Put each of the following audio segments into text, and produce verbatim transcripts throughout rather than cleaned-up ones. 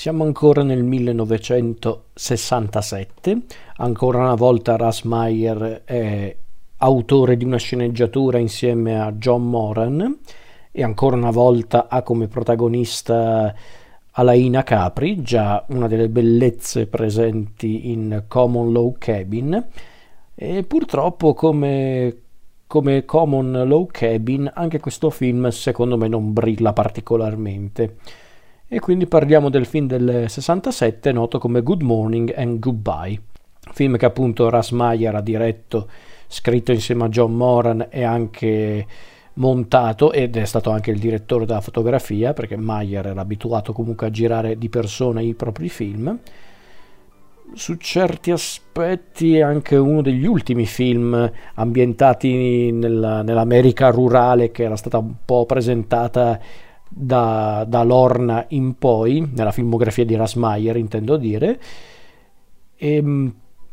Siamo ancora nel millenovecentosessantasette, ancora una volta Russ Meyer è autore di una sceneggiatura insieme a John Moran e ancora una volta ha come protagonista Alaina Capri, già una delle bellezze presenti in Common Law Cabin, e purtroppo come, come Common Law Cabin anche questo film secondo me non brilla particolarmente. E quindi parliamo del film del sessantasette noto come Good Morning and Goodbye, film che appunto Russ Meyer ha diretto, scritto insieme a John Moran e anche montato, ed è stato anche il direttore della fotografia, perché Meyer era abituato comunque a girare di persona i propri film. Su certi aspetti è anche uno degli ultimi film ambientati nella, nell'America rurale che era stata un po' presentata da, da Lorna in poi, nella filmografia di Russ Meyer intendo dire, e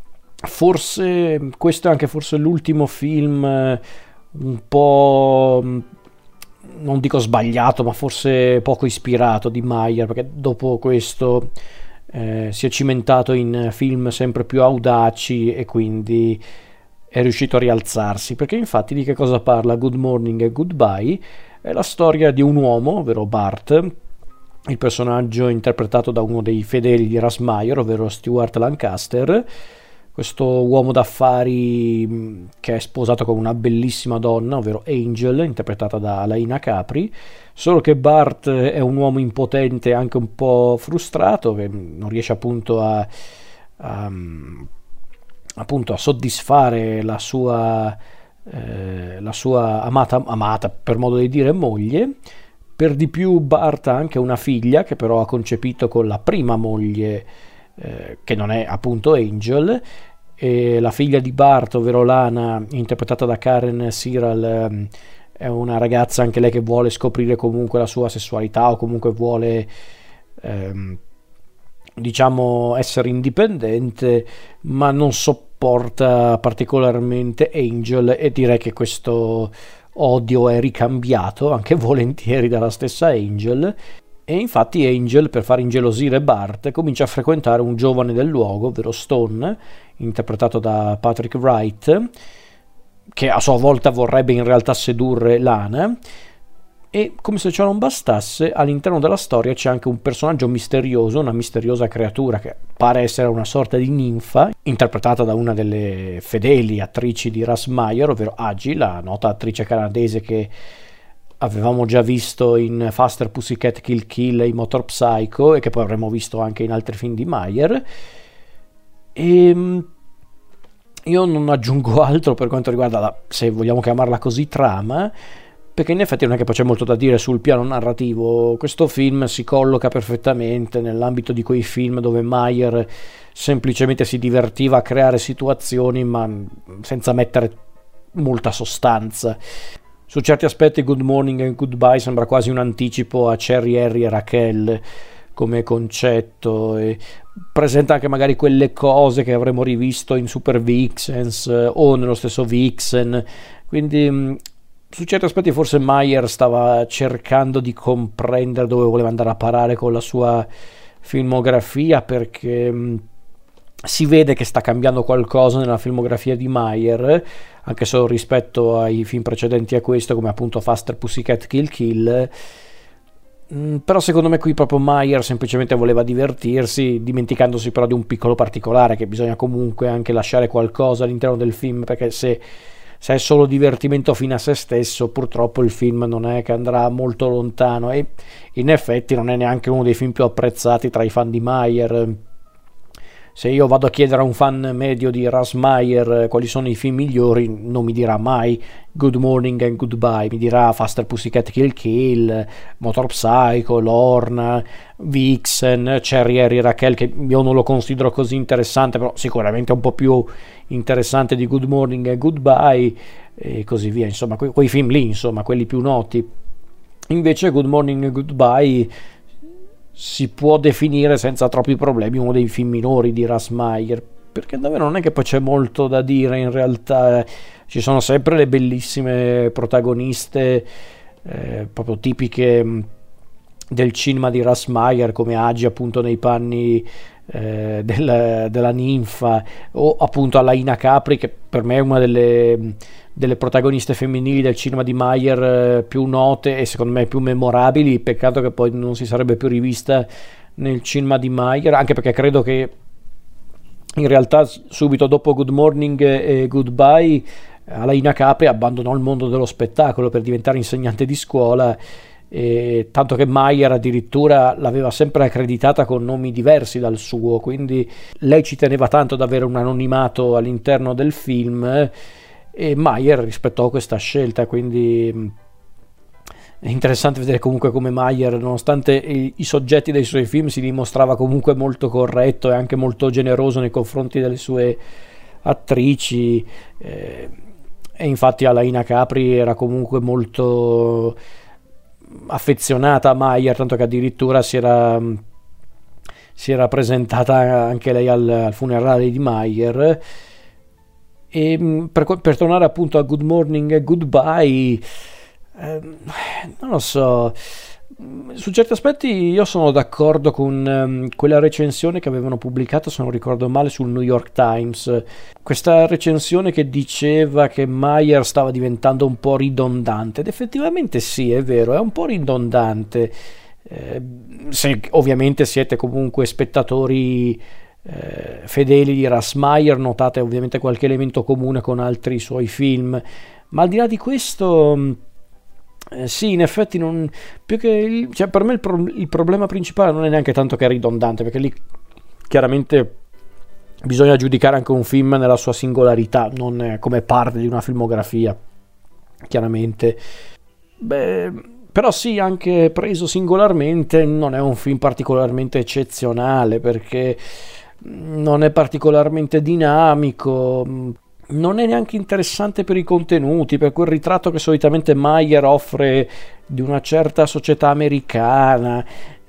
forse questo è anche forse l'ultimo film un po', non dico sbagliato, ma forse poco ispirato di Meyer, perché dopo questo eh, si è cimentato in film sempre più audaci e quindi è riuscito a rialzarsi, perché infatti di che cosa parla Good Morning e Goodbye? È la storia di un uomo, ovvero Bart, il personaggio interpretato da uno dei fedeli di Russ Meyer, ovvero Stuart Lancaster, questo uomo d'affari che è sposato con una bellissima donna, ovvero Angel, interpretata da Alaina Capri, solo che Bart è un uomo impotente e anche un po' frustrato, che non riesce appunto a, a, appunto a soddisfare la sua... Eh, la sua amata, amata per modo di dire moglie. Per di più Bart ha anche una figlia che però ha concepito con la prima moglie eh, che non è appunto Angel, e la figlia di Bart, ovvero Lana, interpretata da Karen Cyril, eh, è una ragazza anche lei che vuole scoprire comunque la sua sessualità o comunque vuole ehm, diciamo essere indipendente, ma non sopporta porta particolarmente Angel, e direi che questo odio è ricambiato anche volentieri dalla stessa Angel, e infatti Angel, per far ingelosire Bart, comincia a frequentare un giovane del luogo, ovvero Stone, interpretato da Patrick Wright, che a sua volta vorrebbe in realtà sedurre Lana. E come se ciò non bastasse, all'interno della storia c'è anche un personaggio misterioso, una misteriosa creatura che pare essere una sorta di ninfa, interpretata da una delle fedeli attrici di Russ Meyer, ovvero Agi, la nota attrice canadese che avevamo già visto in Faster Pussycat Kill Kill e Motor Psycho, e che poi avremmo visto anche in altri film di Meyer. E io non aggiungo altro per quanto riguarda la, se vogliamo chiamarla così, trama, perché in effetti non è che poi c'è molto da dire sul piano narrativo. Questo film si colloca perfettamente nell'ambito di quei film dove Meyer semplicemente si divertiva a creare situazioni ma senza mettere molta sostanza. Su certi aspetti Good Morning and Goodbye sembra quasi un anticipo a Cherry, Harry e Raquel come concetto, e presenta anche magari quelle cose che avremmo rivisto in Super Vixens o nello stesso Vixen, quindi su certi aspetti forse Meyer stava cercando di comprendere dove voleva andare a parare con la sua filmografia, perché mh, si vede che sta cambiando qualcosa nella filmografia di Meyer, anche solo rispetto ai film precedenti a questo, come appunto Faster Pussycat Kill Kill. Mm, però secondo me qui proprio Meyer semplicemente voleva divertirsi, dimenticandosi però di un piccolo particolare, che bisogna comunque anche lasciare qualcosa all'interno del film, perché se se è solo divertimento fine a se stesso, purtroppo il film non è che andrà molto lontano, e in effetti non è neanche uno dei film più apprezzati tra i fan di Meyer. Se io vado a chiedere a un fan medio di Russ Meyer quali sono i film migliori, non mi dirà mai Good Morning and Goodbye, mi dirà Faster Pussycat Kill Kill, Motor Psycho, Lorna, Vixen, Cherry, Harry, Raquel, che io non lo considero così interessante, però sicuramente è un po' più interessante di Good Morning and Goodbye, e così via, insomma, que- quei film lì, insomma, quelli più noti. Invece Good Morning and Goodbye si può definire senza troppi problemi uno dei film minori di Russ Meyer, perché davvero non è che poi c'è molto da dire in realtà. Ci sono sempre le bellissime protagoniste eh, proprio tipiche del cinema di Russ Meyer, come agi appunto nei panni eh, del, della ninfa, o appunto alla Ina Capri, che per me è una delle, delle protagoniste femminili del cinema di Meyer eh, più note e secondo me più memorabili. Peccato che poi non si sarebbe più rivista nel cinema di Meyer, anche perché credo che in realtà subito dopo Good Morning e Goodbye Alaina Capri abbandonò il mondo dello spettacolo per diventare insegnante di scuola, e tanto che Meyer addirittura l'aveva sempre accreditata con nomi diversi dal suo, quindi lei ci teneva tanto ad avere un anonimato all'interno del film e Meyer rispettò questa scelta. Quindi è interessante vedere comunque come Meyer, nonostante i, i soggetti dei suoi film, si dimostrava comunque molto corretto e anche molto generoso nei confronti delle sue attrici, eh, e infatti Alaina Capri era comunque molto affezionata a Meyer, tanto che addirittura si era, si era presentata anche lei al, al funerale di Meyer. E per, per tornare appunto a Good Morning e Goodbye, eh, non lo so, su certi aspetti io sono d'accordo con um, quella recensione che avevano pubblicato, se non ricordo male, sul New York Times, questa recensione che diceva che Meyer stava diventando un po' ridondante, ed effettivamente sì, è vero, è un po' ridondante. Eh, se ovviamente siete comunque spettatori eh, fedeli di Russ Meyer, notate ovviamente qualche elemento comune con altri suoi film, ma al di là di questo, Eh, sì, in effetti non, più che il, cioè per me il, pro, il problema principale non è neanche tanto che è ridondante, perché lì chiaramente bisogna giudicare anche un film nella sua singolarità, non come parte di una filmografia, chiaramente. Beh, però sì, anche preso singolarmente non è un film particolarmente eccezionale, perché non è particolarmente dinamico, non è neanche interessante per i contenuti, per quel ritratto che solitamente Meyer offre di una certa società americana.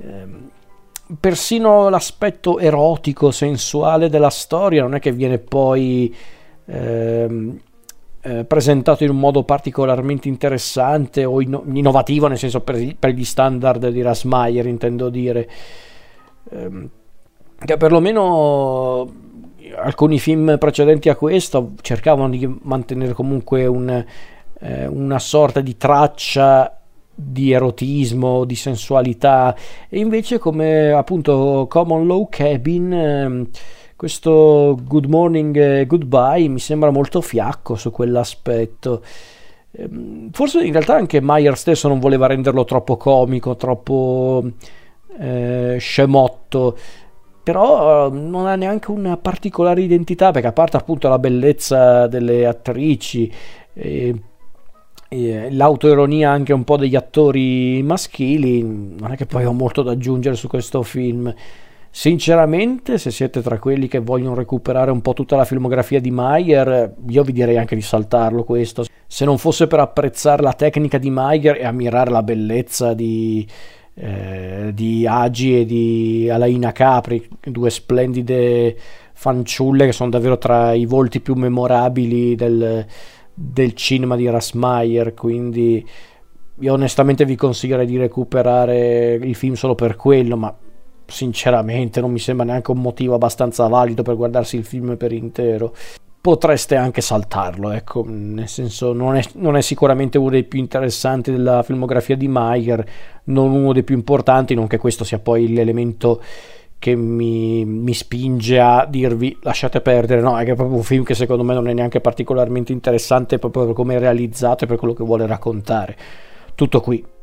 Persino l'aspetto erotico, sensuale della storia non è che viene poi eh, eh, presentato in un modo particolarmente interessante o inno- innovativo, nel senso per, per gli standard di Russ Meyer, intendo dire. Eh, che perlomeno alcuni film precedenti a questo cercavano di mantenere comunque un, eh, una sorta di traccia di erotismo, di sensualità, e invece come appunto Common Law Cabin, eh, questo Good Morning e Goodbye mi sembra molto fiacco su quell'aspetto. Eh, forse in realtà anche Meyer stesso non voleva renderlo troppo comico, troppo eh, scemotto, però non ha neanche una particolare identità, perché a parte appunto la bellezza delle attrici e, e l'autoironia anche un po' degli attori maschili, non è che poi ho molto da aggiungere su questo film. Sinceramente, se siete tra quelli che vogliono recuperare un po' tutta la filmografia di Meyer, io vi direi anche di saltarlo questo, se non fosse per apprezzare la tecnica di Meyer e ammirare la bellezza di Eh, di Agi e di Alaina Capri, due splendide fanciulle che sono davvero tra i volti più memorabili del, del cinema di Russ Meyer. Quindi io onestamente vi consiglierei di recuperare il film solo per quello, ma sinceramente non mi sembra neanche un motivo abbastanza valido per guardarsi il film per intero. Potreste anche saltarlo, ecco, nel senso non è, non è sicuramente uno dei più interessanti della filmografia di Meyer, non uno dei più importanti, non che questo sia poi l'elemento che mi, mi spinge a dirvi lasciate perdere, no, è che è proprio un film che secondo me non è neanche particolarmente interessante proprio per come è realizzato e per quello che vuole raccontare. Tutto qui.